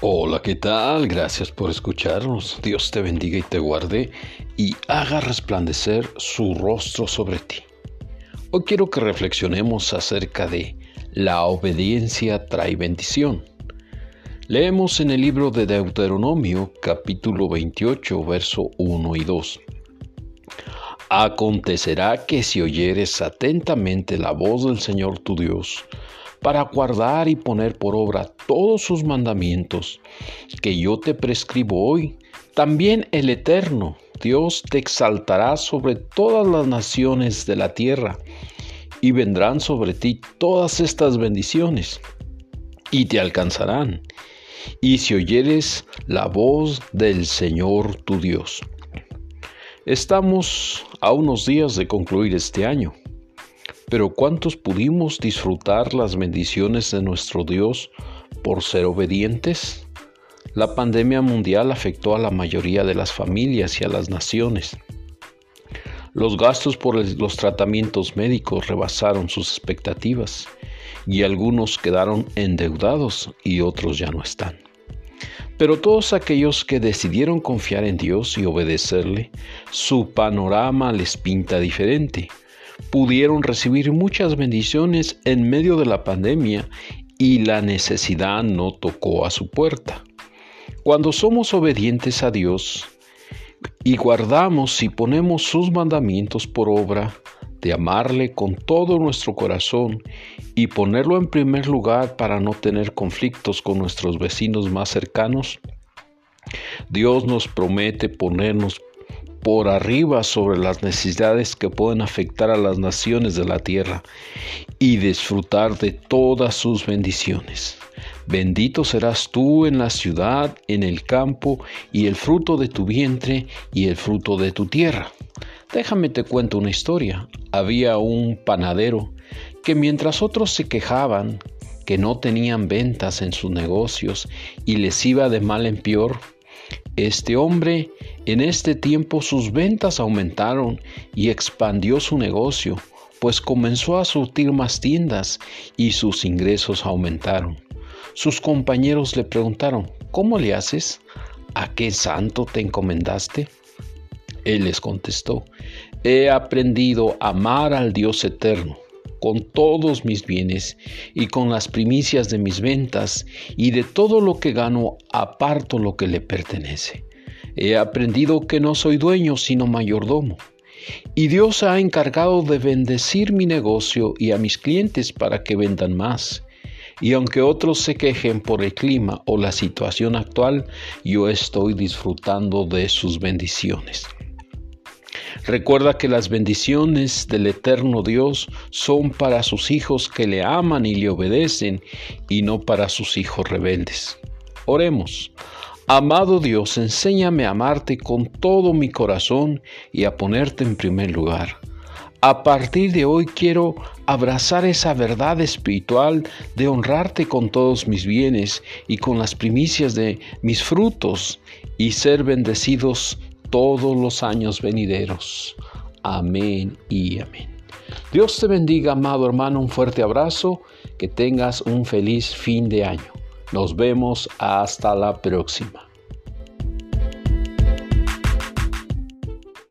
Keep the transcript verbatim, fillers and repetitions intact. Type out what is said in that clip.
Hola, ¿qué tal? Gracias por escucharnos. Dios te bendiga y te guarde y haga resplandecer su rostro sobre ti. Hoy quiero que reflexionemos acerca de la obediencia trae bendición. Leemos en el libro de Deuteronomio, capítulo veintiocho, verso uno y dos. Acontecerá que si oyeres atentamente la voz del Señor tu Dios, para guardar y poner por obra todos sus mandamientos que yo te prescribo hoy, también el Eterno Dios te exaltará sobre todas las naciones de la tierra, y vendrán sobre ti todas estas bendiciones, y te alcanzarán, y si oyeres la voz del Señor tu Dios. Estamos a unos días de concluir este año. Pero ¿cuántos pudimos disfrutar las bendiciones de nuestro Dios por ser obedientes? La pandemia mundial afectó a la mayoría de las familias y a las naciones. Los gastos por los tratamientos médicos rebasaron sus expectativas y algunos quedaron endeudados y otros ya no están. Pero todos aquellos que decidieron confiar en Dios y obedecerle, su panorama les pinta diferente. Pudieron recibir muchas bendiciones en medio de la pandemia y la necesidad no tocó a su puerta. Cuando somos obedientes a Dios y guardamos y ponemos sus mandamientos por obra, de amarle con todo nuestro corazón y ponerlo en primer lugar para no tener conflictos con nuestros vecinos más cercanos, Dios nos promete ponernos por arriba sobre las necesidades que pueden afectar a las naciones de la tierra y disfrutar de todas sus bendiciones. Bendito serás tú en la ciudad, en el campo, y el fruto de tu vientre y el fruto de tu tierra. Déjame te cuento una historia. Había un panadero que mientras otros se quejaban que no tenían ventas en sus negocios y les iba de mal en peor, este hombre en este tiempo sus ventas aumentaron y expandió su negocio, pues comenzó a surtir más tiendas y sus ingresos aumentaron. Sus compañeros le preguntaron: ¿cómo le haces? ¿A qué santo te encomendaste? Él les contestó: he aprendido a amar al Dios eterno con todos mis bienes y con las primicias de mis ventas, y de todo lo que gano aparto lo que le pertenece. He aprendido que no soy dueño sino mayordomo, y Dios ha encargado de bendecir mi negocio y a mis clientes para que vendan más. Y aunque otros se quejen por el clima o la situación actual, yo estoy disfrutando de sus bendiciones. Recuerda que las bendiciones del eterno Dios son para sus hijos que le aman y le obedecen, y no para sus hijos rebeldes. Oremos. Amado Dios, enséñame a amarte con todo mi corazón y a ponerte en primer lugar. A partir de hoy quiero abrazar esa verdad espiritual de honrarte con todos mis bienes y con las primicias de mis frutos, y ser bendecidos todos los años venideros. Amén y amén. Dios te bendiga, amado hermano, un fuerte abrazo, que tengas un feliz fin de año. Nos vemos hasta la próxima.